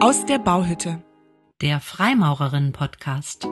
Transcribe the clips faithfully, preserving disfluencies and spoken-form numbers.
Aus der Bauhütte. Der Freimaurerinnen-Podcast.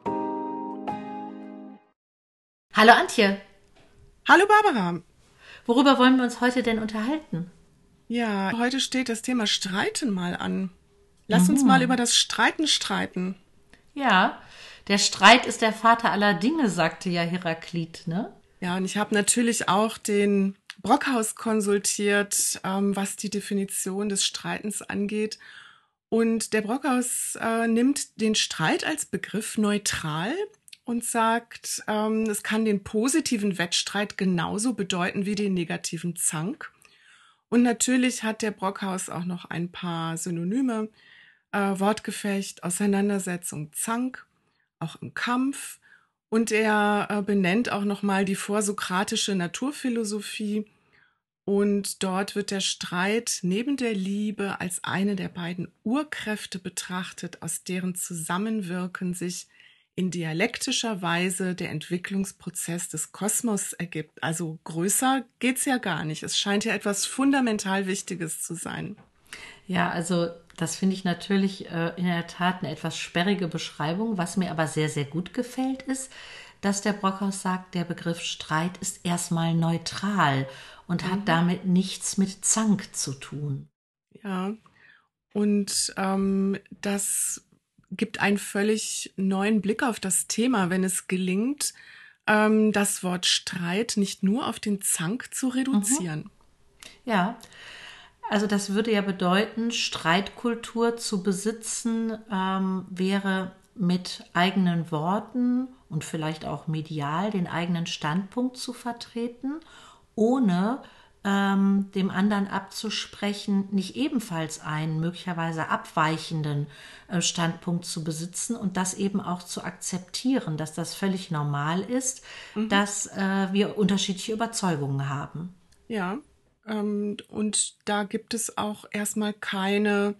Hallo Antje. Hallo Barbara. Worüber wollen wir uns heute denn unterhalten? Ja, heute steht das Thema Streiten mal an. Lass Mhm. uns mal über das Streiten streiten. Ja, der Streit ist der Vater aller Dinge, sagte ja Heraklit, ne? Ja, und ich habe natürlich auch den Brockhaus konsultiert, ähm, was die Definition des Streitens angeht. Und der Brockhaus äh, nimmt den Streit als Begriff neutral und sagt, ähm, es kann den positiven Wettstreit genauso bedeuten wie den negativen Zank. Und natürlich hat der Brockhaus auch noch ein paar Synonyme. Äh, Wortgefecht, Auseinandersetzung, Zank, auch im Kampf. Und er äh, benennt auch nochmal die vorsokratische Naturphilosophie. Und dort wird der Streit neben der Liebe als eine der beiden Urkräfte betrachtet, aus deren Zusammenwirken sich in dialektischer Weise der Entwicklungsprozess des Kosmos ergibt. Also größer geht's ja gar nicht. Es scheint ja etwas fundamental Wichtiges zu sein. Ja, also das finde ich natürlich äh, in der Tat eine etwas sperrige Beschreibung. Was mir aber sehr, sehr gut gefällt, ist, dass der Brockhaus sagt, der Begriff Streit ist erstmal neutral und hat damit nichts mit Zank zu tun. Ja, und ähm, das gibt einen völlig neuen Blick auf das Thema, wenn es gelingt, ähm, das Wort Streit nicht nur auf den Zank zu reduzieren. Ja, also das würde ja bedeuten, Streitkultur zu besitzen ähm, wäre mit eigenen Worten und vielleicht auch medial den eigenen Standpunkt zu vertreten, ohne ähm, dem anderen abzusprechen, nicht ebenfalls einen möglicherweise abweichenden äh, Standpunkt zu besitzen und das eben auch zu akzeptieren, dass das völlig normal ist, mhm. dass äh, wir unterschiedliche Überzeugungen haben. Ja, ähm, und da gibt es auch erstmal keine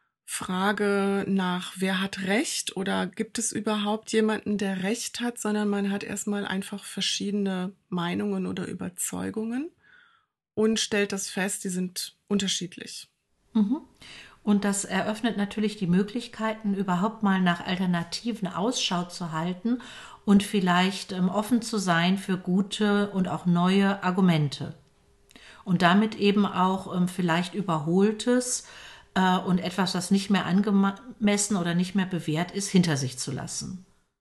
Frage nach, wer hat Recht oder gibt es überhaupt jemanden, der Recht hat, sondern man hat erstmal einfach verschiedene Meinungen oder Überzeugungen und stellt das fest, die sind unterschiedlich. Mhm. Und das eröffnet natürlich die Möglichkeiten, überhaupt mal nach Alternativen Ausschau zu halten und vielleicht ähm, offen zu sein für gute und auch neue Argumente. Und damit eben auch ähm, vielleicht Überholtes äh, und etwas, das nicht mehr angemessen oder nicht mehr bewährt ist, hinter sich zu lassen.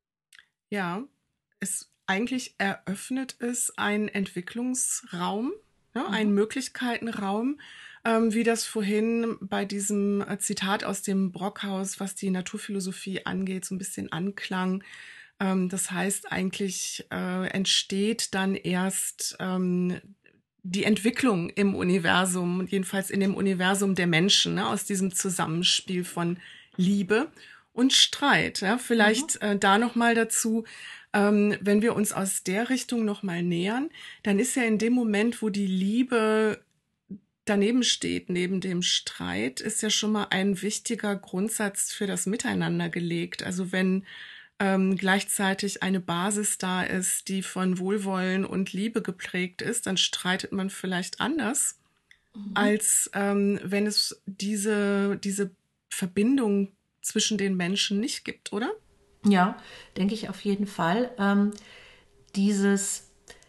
Ja, es eigentlich eröffnet es einen Entwicklungsraum, ja, mhm. einen Möglichkeitenraum, ähm, wie das vorhin bei diesem Zitat aus dem Brockhaus, was die Naturphilosophie angeht, so ein bisschen anklang. Ähm, das heißt, eigentlich äh, entsteht dann erst ähm, die Entwicklung im Universum, jedenfalls in dem Universum der Menschen, ne, aus diesem Zusammenspiel von Liebe und Streit. Ja. Vielleicht mhm. äh, da nochmal dazu, ähm, wenn wir uns aus der Richtung nochmal nähern, dann ist ja in dem Moment, wo die Liebe daneben steht, neben dem Streit, ist ja schon mal ein wichtiger Grundsatz für das Miteinander gelegt. Also wenn ähm, gleichzeitig eine Basis da ist, die von Wohlwollen und Liebe geprägt ist, dann streitet man vielleicht anders, mhm. als ähm, wenn es diese, diese Verbindung zwischen den Menschen nicht gibt, oder? Ja, denke ich auf jeden Fall. Ähm, dieses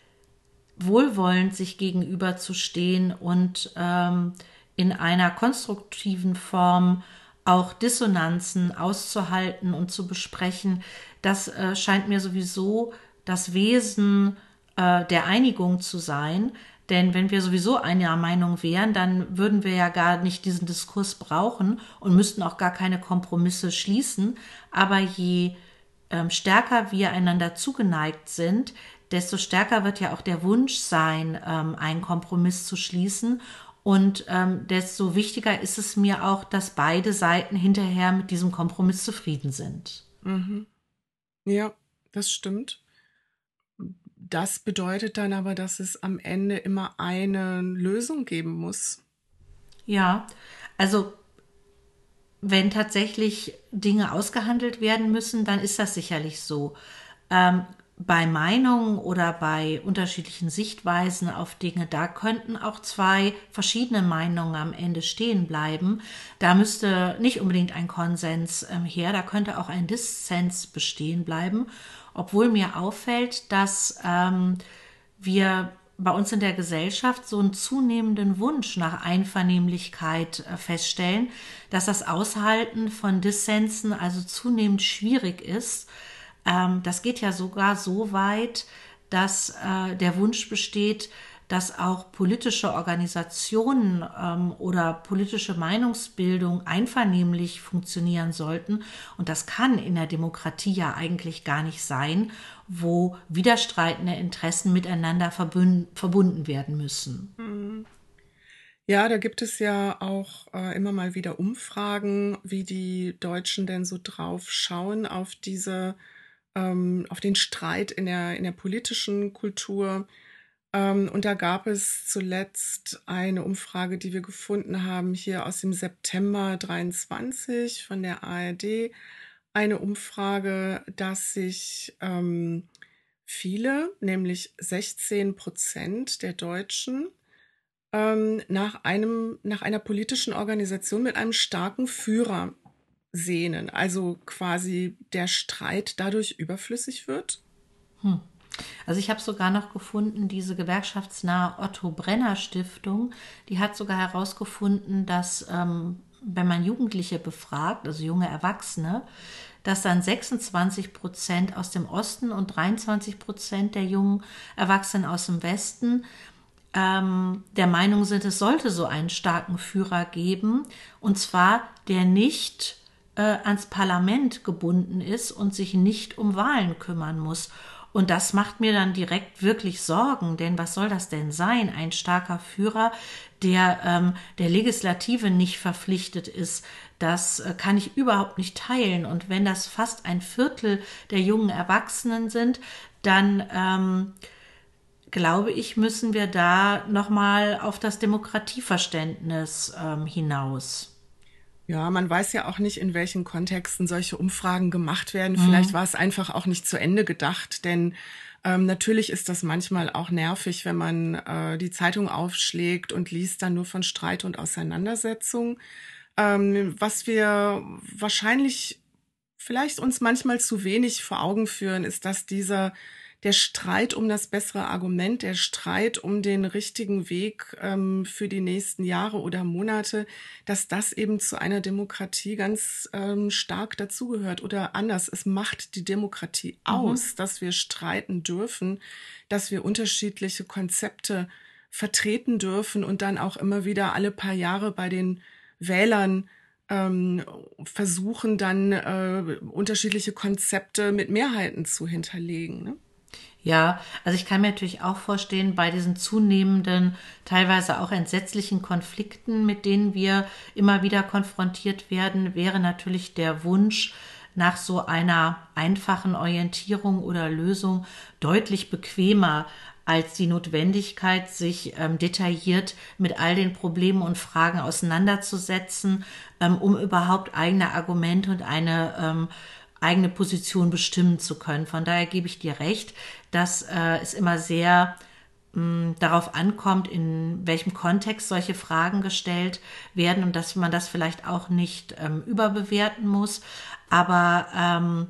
wohlwollend sich gegenüberzustehen und ähm, in einer konstruktiven Form auch Dissonanzen auszuhalten und zu besprechen, das äh, scheint mir sowieso das Wesen äh, der Einigung zu sein. Denn wenn wir sowieso einer Meinung wären, dann würden wir ja gar nicht diesen Diskurs brauchen und müssten auch gar keine Kompromisse schließen. Aber je ähm, stärker wir einander zugeneigt sind, desto stärker wird ja auch der Wunsch sein, ähm, einen Kompromiss zu schließen. Und ähm, desto wichtiger ist es mir auch, dass beide Seiten hinterher mit diesem Kompromiss zufrieden sind. Mhm. Ja, das stimmt. Das bedeutet dann aber, dass es am Ende immer eine Lösung geben muss. Ja, also wenn tatsächlich Dinge ausgehandelt werden müssen, dann ist das sicherlich so. Ähm, bei Meinungen oder bei unterschiedlichen Sichtweisen auf Dinge, da könnten auch zwei verschiedene Meinungen am Ende stehen bleiben. Da müsste nicht unbedingt ein Konsens ähm, her, da könnte auch ein Dissens bestehen bleiben, obwohl mir auffällt, dass ähm, wir bei uns in der Gesellschaft so einen zunehmenden Wunsch nach Einvernehmlichkeit äh, feststellen, dass das Aushalten von Dissensen also zunehmend schwierig ist. Ähm, das geht ja sogar so weit, dass äh, der Wunsch besteht, dass auch politische Organisationen ähm, oder politische Meinungsbildung einvernehmlich funktionieren sollten. Und das kann in der Demokratie ja eigentlich gar nicht sein, wo widerstreitende Interessen miteinander verbünden, verbunden werden müssen. Ja, da gibt es ja auch äh, immer mal wieder Umfragen, wie die Deutschen denn so drauf schauen auf diese, ähm, auf den Streit in der, in der politischen Kultur. Ähm, und da gab es zuletzt eine Umfrage, die wir gefunden haben, hier aus dem September dreiundzwanzig von der A R D. Eine Umfrage, dass sich ähm, viele, nämlich sechzehn Prozent der Deutschen, ähm, nach einem, nach einer politischen Organisation mit einem starken Führer sehnen. Also quasi der Streit dadurch überflüssig wird. Hm. Also ich habe sogar noch gefunden, diese gewerkschaftsnahe Otto Brenner Stiftung, die hat sogar herausgefunden, dass ähm, wenn man Jugendliche befragt, also junge Erwachsene, dass dann sechsundzwanzig Prozent aus dem Osten und dreiundzwanzig Prozent der jungen Erwachsenen aus dem Westen ähm, der Meinung sind, es sollte so einen starken Führer geben, und zwar der nicht äh, ans Parlament gebunden ist und sich nicht um Wahlen kümmern muss. Und das macht mir dann direkt wirklich Sorgen, denn was soll das denn sein? Ein starker Führer, der ähm, der Legislative nicht verpflichtet ist, das äh, kann ich überhaupt nicht teilen. Und wenn das fast ein Viertel der jungen Erwachsenen sind, dann ähm, glaube ich, müssen wir da nochmal auf das Demokratieverständnis ähm, hinaus. Ja, man weiß ja auch nicht, in welchen Kontexten solche Umfragen gemacht werden. Vielleicht war es einfach auch nicht zu Ende gedacht, denn ähm, natürlich ist das manchmal auch nervig, wenn man äh, die Zeitung aufschlägt und liest dann nur von Streit und Auseinandersetzung. Ähm, was wir wahrscheinlich vielleicht uns manchmal zu wenig vor Augen führen, ist, dass dieser der Streit um das bessere Argument, der Streit um den richtigen Weg ähm, für die nächsten Jahre oder Monate, dass das eben zu einer Demokratie ganz ähm, stark dazugehört. Oder anders, es macht die Demokratie aus, mhm. dass wir streiten dürfen, dass wir unterschiedliche Konzepte vertreten dürfen und dann auch immer wieder alle paar Jahre bei den Wählern ähm, versuchen, dann äh, unterschiedliche Konzepte mit Mehrheiten zu hinterlegen, ne? Ja, also ich kann mir natürlich auch vorstellen, bei diesen zunehmenden, teilweise auch entsetzlichen Konflikten, mit denen wir immer wieder konfrontiert werden, wäre natürlich der Wunsch nach so einer einfachen Orientierung oder Lösung deutlich bequemer als die Notwendigkeit, sich ähm, detailliert mit all den Problemen und Fragen auseinanderzusetzen, ähm, um überhaupt eigene Argumente und eine ähm, eigene Position bestimmen zu können. Von daher gebe ich dir recht, dass äh, es immer sehr mh, darauf ankommt, in welchem Kontext solche Fragen gestellt werden und dass man das vielleicht auch nicht ähm, überbewerten muss. Aber ähm,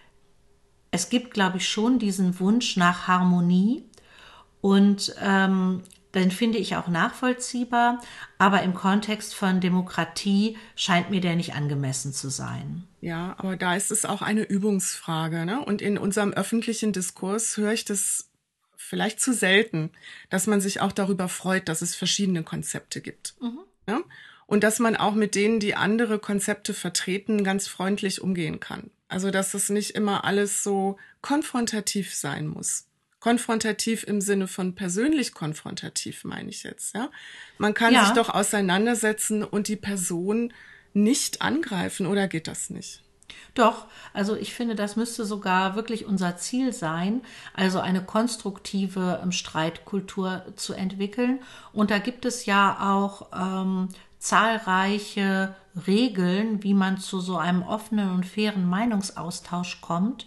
es gibt, glaube ich, schon diesen Wunsch nach Harmonie und ähm, den finde ich auch nachvollziehbar, aber im Kontext von Demokratie scheint mir der nicht angemessen zu sein. Ja, aber da ist es auch eine Übungsfrage, ne? Und in unserem öffentlichen Diskurs höre ich das vielleicht zu selten, dass man sich auch darüber freut, dass es verschiedene Konzepte gibt. Mhm. Ja? Und dass man auch mit denen, die andere Konzepte vertreten, ganz freundlich umgehen kann. Also dass es nicht immer alles so konfrontativ sein muss. Konfrontativ im Sinne von persönlich konfrontativ, meine ich jetzt. Ja? Man kann ja. sich doch auseinandersetzen und die Person nicht angreifen, oder geht das nicht? Doch, also ich finde, das müsste sogar wirklich unser Ziel sein, also eine konstruktive ähm, Streitkultur zu entwickeln. Und da gibt es ja auch ähm, zahlreiche Regeln, wie man zu so einem offenen und fairen Meinungsaustausch kommt.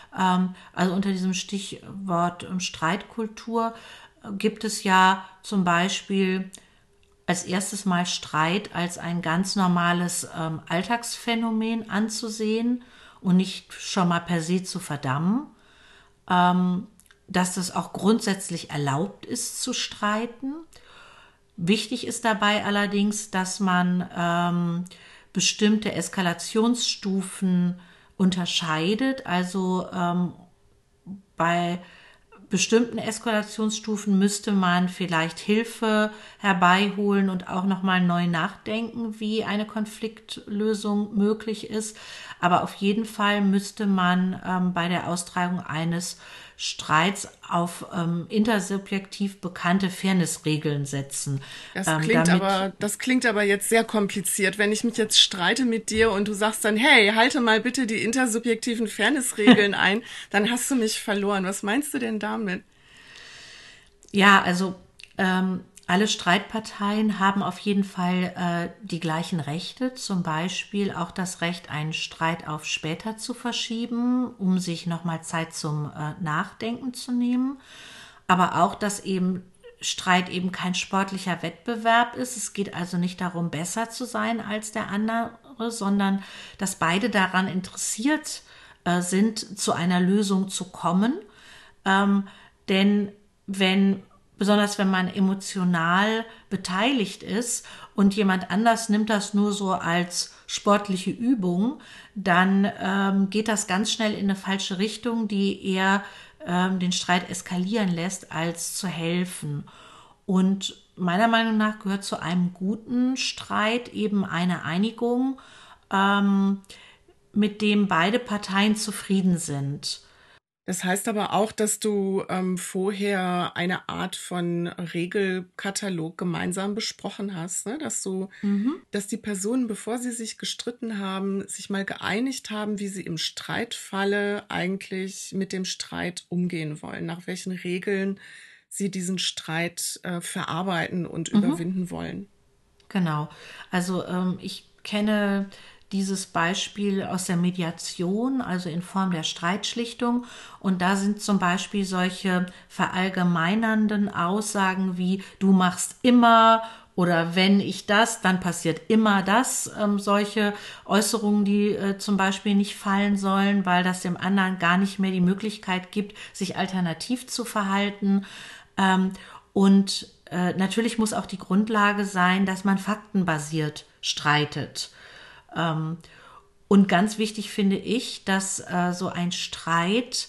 Ähm, also unter diesem Stichwort ähm, Streitkultur äh, gibt es ja zum Beispiel als erstes Mal Streit als ein ganz normales ähm, Alltagsphänomen anzusehen und nicht schon mal per se zu verdammen, ähm, dass das auch grundsätzlich erlaubt ist zu streiten. Wichtig ist dabei allerdings, dass man ähm, bestimmte Eskalationsstufen unterscheidet. Also ähm, bei bestimmten Eskalationsstufen müsste man vielleicht Hilfe herbeiholen und auch nochmal neu nachdenken, wie eine Konfliktlösung möglich ist. Aber auf jeden Fall müsste man ähm, bei der Austragung eines Streits auf ähm, intersubjektiv bekannte Fairnessregeln setzen. Das Ähm, klingt damit aber, das klingt aber jetzt sehr kompliziert. Wenn ich mich jetzt streite mit dir und du sagst dann, hey, halte mal bitte die intersubjektiven Fairnessregeln ein, dann hast du mich verloren. Was meinst du denn damit? Ja, also ähm, alle Streitparteien haben auf jeden Fall äh, die gleichen Rechte, zum Beispiel auch das Recht, einen Streit auf später zu verschieben, um sich nochmal Zeit zum äh, Nachdenken zu nehmen. Aber auch, dass eben Streit eben kein sportlicher Wettbewerb ist. Es geht also nicht darum, besser zu sein als der andere, sondern dass beide daran interessiert äh, sind, zu einer Lösung zu kommen. Ähm, denn wenn, besonders wenn man emotional beteiligt ist und jemand anders nimmt das nur so als sportliche Übung, dann ähm, geht das ganz schnell in eine falsche Richtung, die eher ähm, den Streit eskalieren lässt, als zu helfen. Und meiner Meinung nach gehört zu einem guten Streit eben eine Einigung, ähm, mit dem beide Parteien zufrieden sind. Das heißt aber auch, dass du ähm, vorher eine Art von Regelkatalog gemeinsam besprochen hast, ne? Dass du, Mhm. dass die Personen, bevor sie sich gestritten haben, sich mal geeinigt haben, wie sie im Streitfalle eigentlich mit dem Streit umgehen wollen, nach welchen Regeln sie diesen Streit äh, verarbeiten und Mhm. überwinden wollen. Genau. Also ähm, ich kenne dieses Beispiel aus der Mediation, also in Form der Streitschlichtung. Und da sind zum Beispiel solche verallgemeinernden Aussagen wie du machst immer oder wenn ich das, dann passiert immer das. Ähm, solche Äußerungen, die äh, zum Beispiel nicht fallen sollen, weil das dem anderen gar nicht mehr die Möglichkeit gibt, sich alternativ zu verhalten. Ähm, und äh, natürlich muss auch die Grundlage sein, dass man faktenbasiert streitet. Ähm, und ganz wichtig finde ich, dass äh, so ein Streit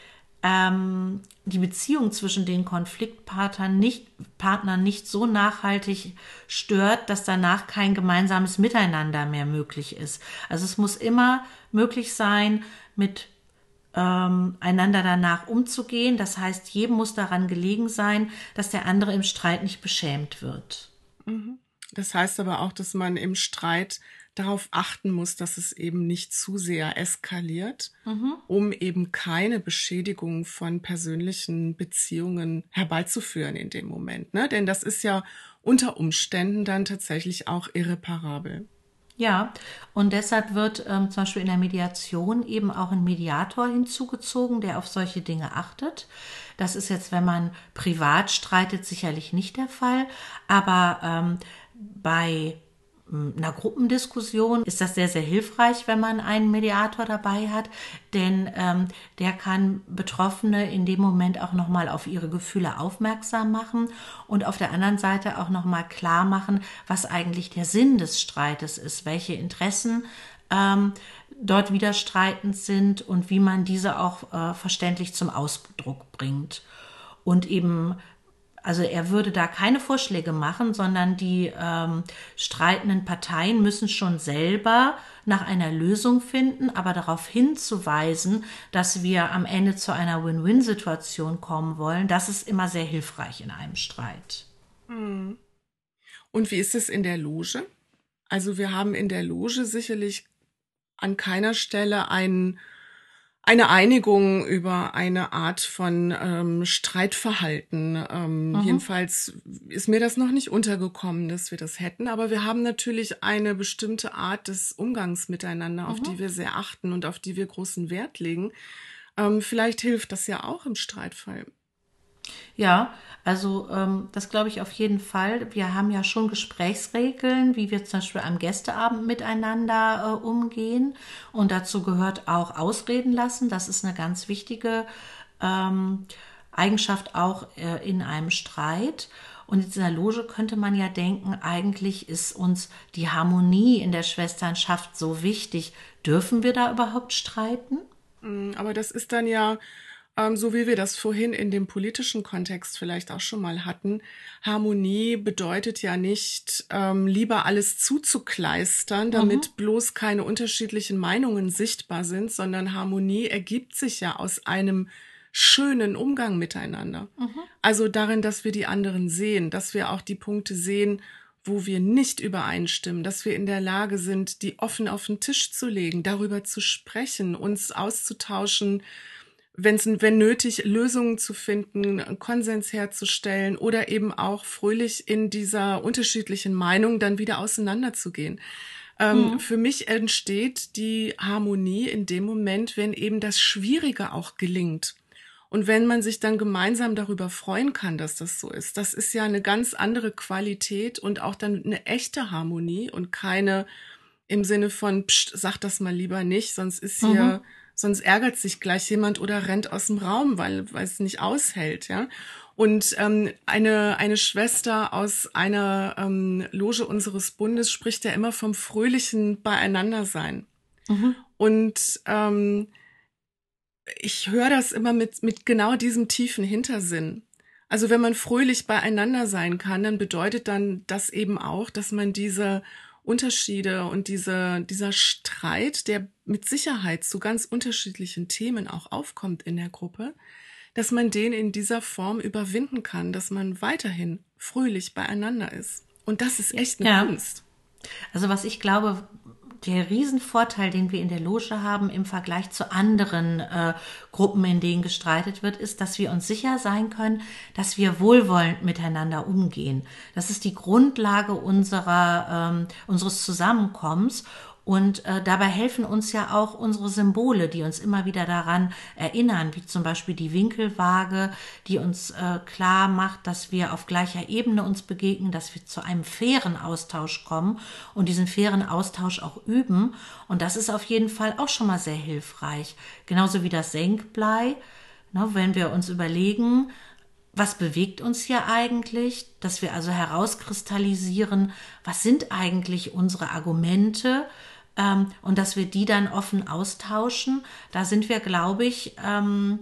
ähm, die Beziehung zwischen den Konfliktpartnern nicht, Partnern nicht so nachhaltig stört, dass danach kein gemeinsames Miteinander mehr möglich ist. Also es muss immer möglich sein, mit ähm, einander danach umzugehen. Das heißt, jedem muss daran gelegen sein, dass der andere im Streit nicht beschämt wird. Mhm. Das heißt aber auch, dass man im Streit darauf achten muss, dass es eben nicht zu sehr eskaliert, Mhm. um eben keine Beschädigung von persönlichen Beziehungen herbeizuführen in dem Moment, ne? Denn das ist ja unter Umständen dann tatsächlich auch irreparabel. Ja, und deshalb wird ähm, zum Beispiel in der Mediation eben auch ein Mediator hinzugezogen, der auf solche Dinge achtet. Das ist jetzt, wenn man privat streitet, sicherlich nicht der Fall, aber ähm, bei einer Gruppendiskussion ist das sehr, sehr hilfreich, wenn man einen Mediator dabei hat, denn ähm, der kann Betroffene in dem Moment auch nochmal auf ihre Gefühle aufmerksam machen und auf der anderen Seite auch nochmal klar machen, was eigentlich der Sinn des Streites ist, welche Interessen ähm, dort widerstreitend sind und wie man diese auch äh, verständlich zum Ausdruck bringt. Und eben also er würde da keine Vorschläge machen, sondern die ähm, streitenden Parteien müssen schon selber nach einer Lösung finden, aber darauf hinzuweisen, dass wir am Ende zu einer Win-Win-Situation kommen wollen, das ist immer sehr hilfreich in einem Streit. Hm. Und wie ist es in der Loge? Also wir haben in der Loge sicherlich an keiner Stelle einen eine Einigung über eine Art von ähm, Streitverhalten. Ähm, Mhm. Jedenfalls ist mir das noch nicht untergekommen, dass wir das hätten. Aber wir haben natürlich eine bestimmte Art des Umgangs miteinander, auf Mhm. die wir sehr achten und auf die wir großen Wert legen. Ähm, vielleicht hilft das ja auch im Streitfall. Ja, also ähm, das glaube ich auf jeden Fall. Wir haben ja schon Gesprächsregeln, wie wir zum Beispiel am Gästeabend miteinander äh, umgehen. Und dazu gehört auch Ausreden lassen. Das ist eine ganz wichtige ähm, Eigenschaft auch äh, in einem Streit. Und in dieser Loge könnte man ja denken, eigentlich ist uns die Harmonie in der Schwesternschaft so wichtig. Dürfen wir da überhaupt streiten? Aber das ist dann ja, ähm, so wie wir das vorhin in dem politischen Kontext vielleicht auch schon mal hatten, Harmonie bedeutet ja nicht, ähm, lieber alles zuzukleistern, damit mhm. bloß keine unterschiedlichen Meinungen sichtbar sind, sondern Harmonie ergibt sich ja aus einem schönen Umgang miteinander. Mhm. Also darin, dass wir die anderen sehen, dass wir auch die Punkte sehen, wo wir nicht übereinstimmen, dass wir in der Lage sind, die offen auf den Tisch zu legen, darüber zu sprechen, uns auszutauschen, wenn's, wenn nötig, Lösungen zu finden, Konsens herzustellen oder eben auch fröhlich in dieser unterschiedlichen Meinung dann wieder auseinanderzugehen. Ähm, mhm. Für mich entsteht die Harmonie in dem Moment, wenn eben das Schwierige auch gelingt. Und wenn man sich dann gemeinsam darüber freuen kann, dass das so ist, das ist ja eine ganz andere Qualität und auch dann eine echte Harmonie und keine im Sinne von, pst, sag das mal lieber nicht, sonst ist hier, mhm. sonst ärgert sich gleich jemand oder rennt aus dem Raum, weil, weil es nicht aushält, ja. Und ähm, eine eine Schwester aus einer ähm, Loge unseres Bundes spricht ja immer vom fröhlichen Beieinandersein. Mhm. Und ähm, ich höre das immer mit mit genau diesem tiefen Hintersinn. Also wenn man fröhlich beieinander sein kann, dann bedeutet dann das eben auch, dass man diese Unterschiede und diese dieser Streit, der mit Sicherheit zu ganz unterschiedlichen Themen auch aufkommt in der Gruppe, dass man den in dieser Form überwinden kann, dass man weiterhin fröhlich beieinander ist. Und das ist echt eine ja. Kunst. Also was ich glaube, der Riesenvorteil, den wir in der Loge haben im Vergleich zu anderen äh, Gruppen, in denen gestreitet wird, ist, dass wir uns sicher sein können, dass wir wohlwollend miteinander umgehen. Das ist die Grundlage unserer, ähm, unseres Zusammenkommens. Und äh, dabei helfen uns ja auch unsere Symbole, die uns immer wieder daran erinnern, wie zum Beispiel die Winkelwaage, die uns äh, klar macht, dass wir auf gleicher Ebene uns begegnen, dass wir zu einem fairen Austausch kommen und diesen fairen Austausch auch üben. Und das ist auf jeden Fall auch schon mal sehr hilfreich. Genauso wie das Senkblei, ne, wenn wir uns überlegen, was bewegt uns hier eigentlich, dass wir also herauskristallisieren, was sind eigentlich unsere Argumente, ähm, und dass wir die dann offen austauschen. Da sind wir, glaube ich, ähm,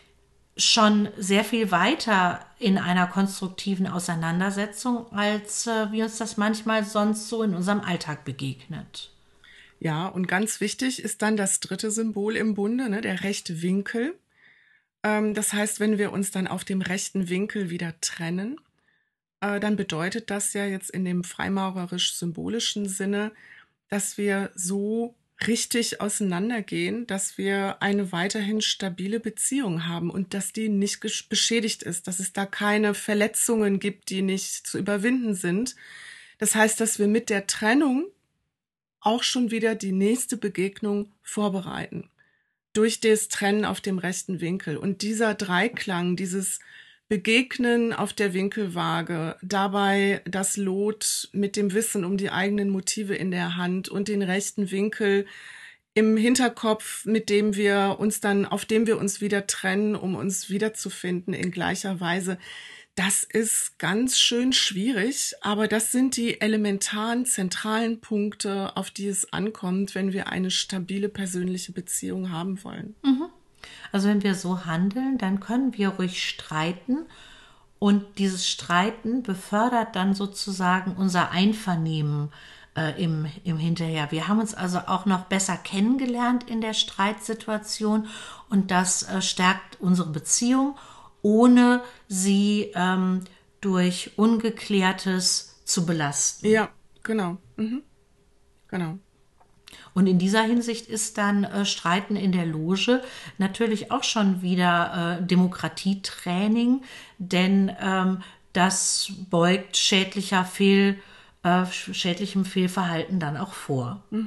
schon sehr viel weiter in einer konstruktiven Auseinandersetzung, als äh, wie uns das manchmal sonst so in unserem Alltag begegnet. Ja, und ganz wichtig ist dann das dritte Symbol im Bunde, ne, der rechte Winkel. Ähm, das heißt, wenn wir uns dann auf dem rechten Winkel wieder trennen, äh, dann bedeutet das ja jetzt in dem freimaurerisch-symbolischen Sinne, dass wir so richtig auseinandergehen, dass wir eine weiterhin stabile Beziehung haben und dass die nicht beschädigt ist, dass es da keine Verletzungen gibt, die nicht zu überwinden sind. Das heißt, dass wir mit der Trennung auch schon wieder die nächste Begegnung vorbereiten. Durch das Trennen auf dem rechten Winkel. Und dieser Dreiklang, dieses Begegnen auf der Winkelwaage, dabei das Lot mit dem Wissen um die eigenen Motive in der Hand und den rechten Winkel im Hinterkopf, mit dem wir uns dann, auf dem wir uns wieder trennen, um uns wiederzufinden in gleicher Weise. Das ist ganz schön schwierig, aber das sind die elementaren, zentralen Punkte, auf die es ankommt, wenn wir eine stabile persönliche Beziehung haben wollen. Mhm. Also wenn wir so handeln, dann können wir ruhig streiten und dieses Streiten befördert dann sozusagen unser Einvernehmen äh, im, im Hinterher. Wir haben uns also auch noch besser kennengelernt in der Streitsituation und das äh, stärkt unsere Beziehung, ohne sie ähm, durch Ungeklärtes zu belasten. Ja, genau. Mhm. Genau. Und in dieser Hinsicht ist dann äh, Streiten in der Loge natürlich auch schon wieder äh, Demokratietraining, denn ähm, das beugt schädlicher Fehl, äh, schädlichem Fehlverhalten dann auch vor. Mhm.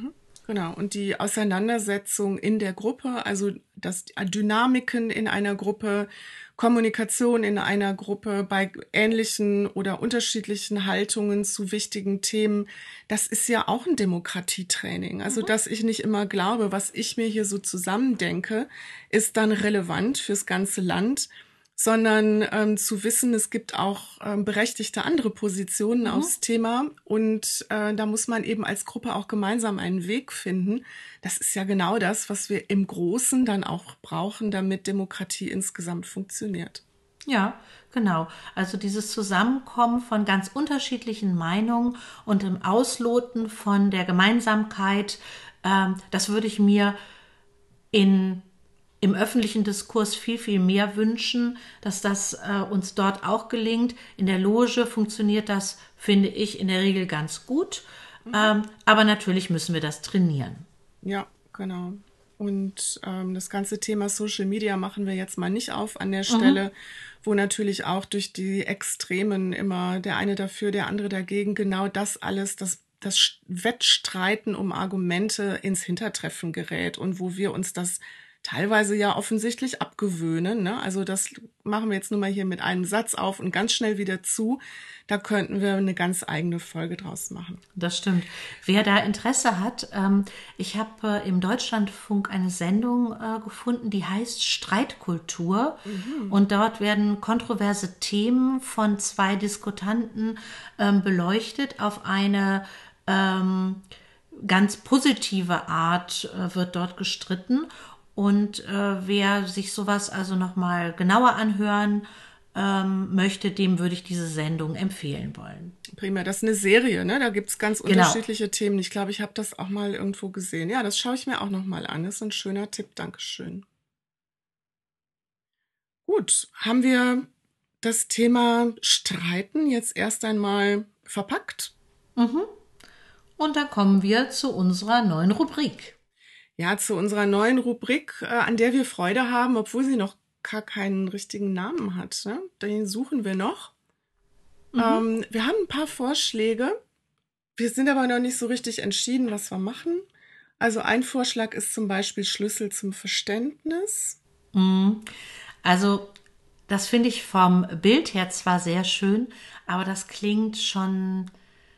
Genau, und die Auseinandersetzung in der Gruppe, also das Dynamiken in einer Gruppe, Kommunikation in einer Gruppe bei ähnlichen oder unterschiedlichen Haltungen zu wichtigen Themen, das ist ja auch ein Demokratietraining. Also, dass ich nicht immer glaube, was ich mir hier so zusammendenke, ist dann relevant fürs ganze Land, sondern ähm, zu wissen, es gibt auch ähm, berechtigte andere Positionen Mhm. aufs Thema und äh, da muss man eben als Gruppe auch gemeinsam einen Weg finden. Das ist ja genau das, was wir im Großen dann auch brauchen, damit Demokratie insgesamt funktioniert. Ja, genau. Also dieses Zusammenkommen von ganz unterschiedlichen Meinungen und im Ausloten von der Gemeinsamkeit, ähm, das würde ich mir in, im öffentlichen Diskurs viel, viel mehr wünschen, dass das äh, uns dort auch gelingt. In der Loge funktioniert das, finde ich, in der Regel ganz gut. Ähm, aber natürlich müssen wir das trainieren. Ja, genau. Und ähm, das ganze Thema Social Media machen wir jetzt mal nicht auf an der Stelle, wo natürlich auch durch die Extremen immer der eine dafür, der andere dagegen, genau das alles, das, das Wettstreiten um Argumente ins Hintertreffen gerät und wo wir uns das teilweise ja offensichtlich abgewöhnen. Ne? Also das machen wir jetzt nur mal hier mit einem Satz auf und ganz schnell wieder zu. Da könnten wir eine ganz eigene Folge draus machen. Das stimmt. Wer da Interesse hat, ähm, ich habe äh, im Deutschlandfunk eine Sendung äh, gefunden, die heißt Streitkultur. Mhm. Und dort werden kontroverse Themen von zwei Diskutanten ähm, beleuchtet. Auf eine ähm, ganz positive Art äh, wird dort gestritten. Und äh, wer sich sowas also nochmal genauer anhören ähm, möchte, dem würde ich diese Sendung empfehlen wollen. Prima, das ist eine Serie, ne? Da gibt's ganz Genau. unterschiedliche Themen. Ich glaube, ich habe das auch mal irgendwo gesehen. Ja, das schaue ich mir auch nochmal an. Das ist ein schöner Tipp. Dankeschön. Gut, haben wir das Thema Streiten jetzt erst einmal verpackt? Mhm. Und dann kommen wir zu unserer neuen Rubrik. Ja, zu unserer neuen Rubrik, äh, an der wir Freude haben, obwohl sie noch gar keinen richtigen Namen hat. Ne? Den suchen wir noch. Mhm. Ähm, wir haben ein paar Vorschläge. Wir sind aber noch nicht so richtig entschieden, was wir machen. Also ein Vorschlag ist zum Beispiel Schlüssel zum Verständnis. Mhm. Also das finde ich vom Bild her zwar sehr schön, aber das klingt schon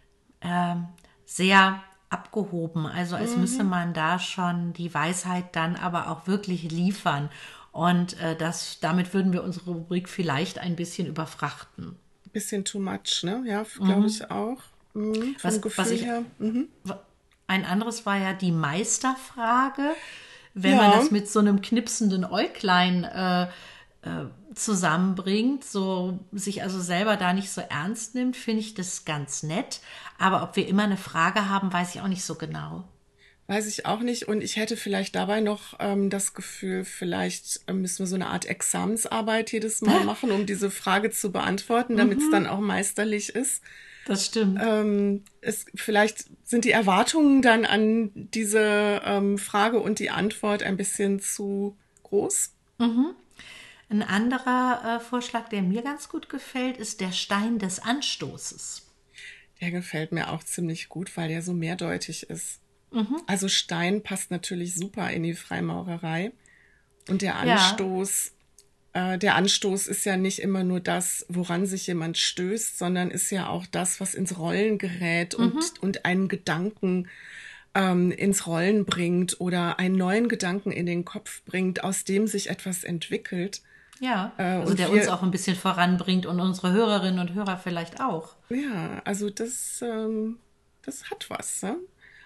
äh, sehr abgehoben. Also als mhm. müsse man da schon die Weisheit dann aber auch wirklich liefern. Und äh, das, damit würden wir unsere Rubrik vielleicht ein bisschen überfrachten. Bisschen too much, ne? Ja, glaube mhm. ich auch. Mhm, was, was ich, her. Mhm. Ein anderes war ja die Meisterfrage. Wenn ja. man das mit so einem knipsenden Äuglein äh, äh, zusammenbringt, so sich also selber da nicht so ernst nimmt, finde ich das ganz nett. Aber ob wir immer eine Frage haben, weiß ich auch nicht so genau. Weiß ich auch nicht. Und ich hätte vielleicht dabei noch ähm, das Gefühl, vielleicht äh, müssen wir so eine Art Examensarbeit jedes Mal machen, um diese Frage zu beantworten, damit es mhm. dann auch meisterlich ist. Das stimmt. Ähm, es, vielleicht sind die Erwartungen dann an diese ähm, Frage und die Antwort ein bisschen zu groß. Mhm. Ein anderer äh, Vorschlag, der mir ganz gut gefällt, ist der Stein des Anstoßes. Der gefällt mir auch ziemlich gut, weil der so mehrdeutig ist. Mhm. Also Stein passt natürlich super in die Freimaurerei. Und der Anstoß, ja. äh, der Anstoß ist ja nicht immer nur das, woran sich jemand stößt, sondern ist ja auch das, was ins Rollen gerät und, mhm. und einen Gedanken ähm, ins Rollen bringt oder einen neuen Gedanken in den Kopf bringt, aus dem sich etwas entwickelt. Ja, also der wir, uns auch ein bisschen voranbringt und unsere Hörerinnen und Hörer vielleicht auch. Ja, also das, ähm, das hat was, ne?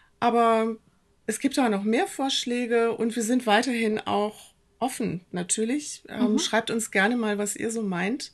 Aber es gibt auch noch mehr Vorschläge und wir sind weiterhin auch offen, natürlich. Ähm, mhm. Schreibt uns gerne mal, was ihr so meint,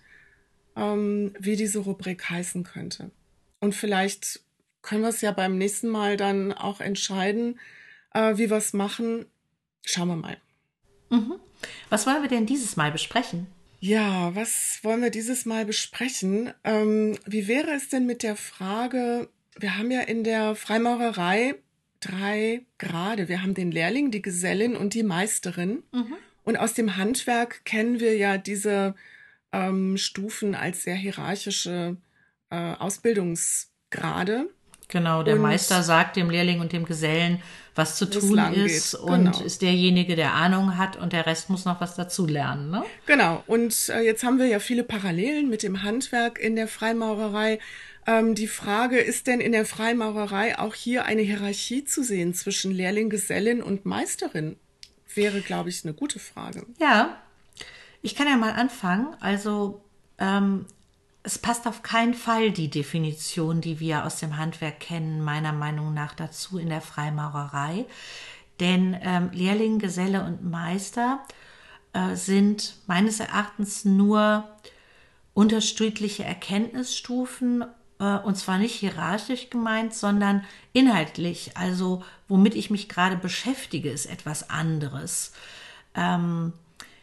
ähm, wie diese Rubrik heißen könnte. Und vielleicht können wir es ja beim nächsten Mal dann auch entscheiden, äh, wie wir es machen. Schauen wir mal. Mhm. Was wollen wir denn dieses Mal besprechen? Ja, was wollen wir dieses Mal besprechen? Ähm, wie wäre es denn mit der Frage, wir haben ja in der Freimaurerei drei Grade. Wir haben den Lehrling, die Gesellin und die Meisterin. Mhm. Und aus dem Handwerk kennen wir ja diese ähm, Stufen als sehr hierarchische äh, Ausbildungsgrade. Genau, der Und- Meister sagt dem Lehrling und dem Gesellen, was zu Wo es tun lang ist geht, und genau. ist derjenige, der Ahnung hat und der Rest muss noch was dazu lernen. Ne? Genau, und äh, jetzt haben wir ja viele Parallelen mit dem Handwerk in der Freimaurerei. Ähm, die Frage, ist denn in der Freimaurerei auch hier eine Hierarchie zu sehen zwischen Lehrling, Gesellin und Meisterin? Wäre, glaube ich, eine gute Frage. Ja, ich kann ja mal anfangen. Also ähm, es passt auf keinen Fall die Definition, die wir aus dem Handwerk kennen, meiner Meinung nach dazu in der Freimaurerei. Denn ähm, Lehrling, Geselle und Meister äh, sind meines Erachtens nur unterschiedliche Erkenntnisstufen, äh, und zwar nicht hierarchisch gemeint, sondern inhaltlich. Also womit ich mich gerade beschäftige, ist etwas anderes. Ähm,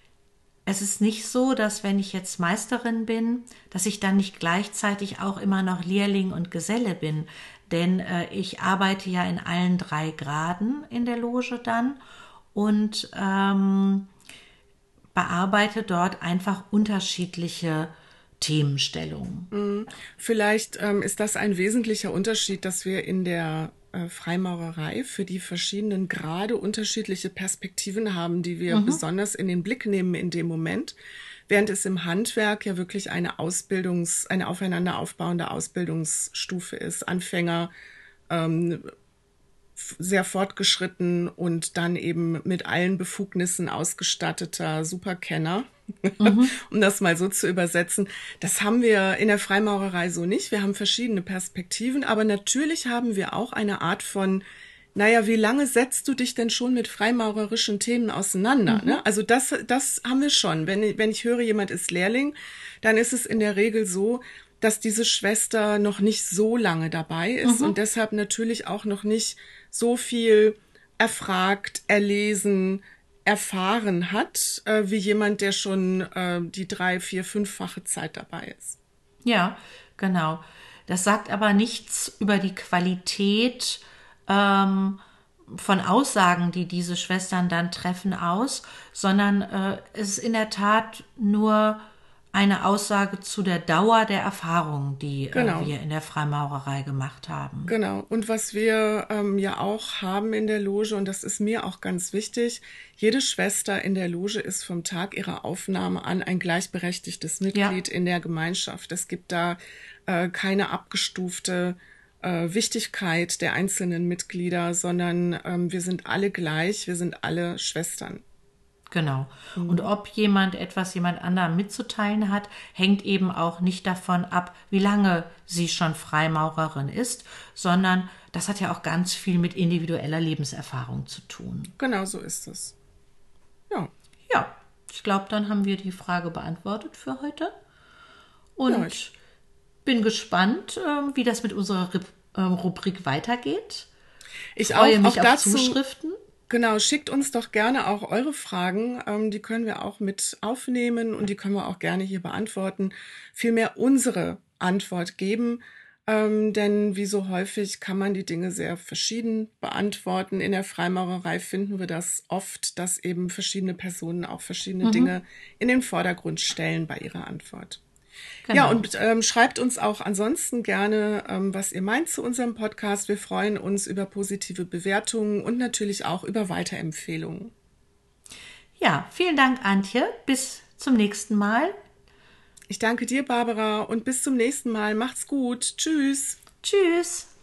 Es ist nicht so, dass wenn ich jetzt Meisterin bin, dass ich dann nicht gleichzeitig auch immer noch Lehrling und Geselle bin. Denn äh, ich arbeite ja in allen drei Graden in der Loge dann und ähm, bearbeite dort einfach unterschiedliche Themenstellungen. Vielleicht ähm, ist das ein wesentlicher Unterschied, dass wir in der äh, Freimaurerei für die verschiedenen Grade unterschiedliche Perspektiven haben, die wir besonders in den Blick nehmen in dem Moment, während es im Handwerk ja wirklich eine Ausbildungs-, eine aufeinander aufbauende Ausbildungsstufe ist. Anfänger, ähm, f- sehr fortgeschritten und dann eben mit allen Befugnissen ausgestatteter Superkenner. Um das mal so zu übersetzen. Das haben wir in der Freimaurerei so nicht. Wir haben verschiedene Perspektiven, aber natürlich haben wir auch eine Art von, naja, wie lange setzt du dich denn schon mit freimaurerischen Themen auseinander? Ne? Also das, das haben wir schon. Wenn, ich- wenn ich höre, jemand ist Lehrling, dann ist es in der Regel so, dass diese Schwester noch nicht so lange dabei ist und deshalb natürlich auch noch nicht so viel erfragt, erlesen, erfahren hat, äh, wie jemand, der schon äh, die drei, vier, fünffache Zeit dabei ist. Ja, genau. Das sagt aber nichts über die Qualität ähm, von Aussagen, die diese Schwestern dann treffen, aus, sondern äh, es ist in der Tat nur eine Aussage zu der Dauer der Erfahrung, die Genau. äh, wir in der Freimaurerei gemacht haben. Genau. Und was wir ähm, ja auch haben in der Loge, und das ist mir auch ganz wichtig, jede Schwester in der Loge ist vom Tag ihrer Aufnahme an ein gleichberechtigtes Mitglied Ja. in der Gemeinschaft. Es gibt da äh, keine abgestufte äh, Wichtigkeit der einzelnen Mitglieder, sondern ähm, wir sind alle gleich, wir sind alle Schwestern. Genau. Und ob jemand etwas jemand anderem mitzuteilen hat, hängt eben auch nicht davon ab, wie lange sie schon Freimaurerin ist, sondern das hat ja auch ganz viel mit individueller Lebenserfahrung zu tun. Genau so ist es. Ja. Ja, ich glaube, dann haben wir die Frage beantwortet für heute. Und Ja, ich- bin gespannt, ähm, wie das mit unserer Rub- ähm, Rubrik weitergeht. Ich Freue auch, mich auch auf dazu, Zuschriften. Genau, schickt uns doch gerne auch eure Fragen. Ähm, die können wir auch mit aufnehmen und die können wir auch gerne hier beantworten. Vielmehr unsere Antwort geben, ähm, denn wie so häufig kann man die Dinge sehr verschieden beantworten. In der Freimaurerei finden wir das oft, dass eben verschiedene Personen auch verschiedene Dinge in den Vordergrund stellen bei ihrer Antwort. Genau. Ja, und ähm, schreibt uns auch ansonsten gerne, ähm, was ihr meint zu unserem Podcast. Wir freuen uns über positive Bewertungen und natürlich auch über Weiterempfehlungen. Ja, vielen Dank, Antje. Bis zum nächsten Mal. Ich danke dir, Barbara, und bis zum nächsten Mal. Macht's gut. Tschüss. Tschüss.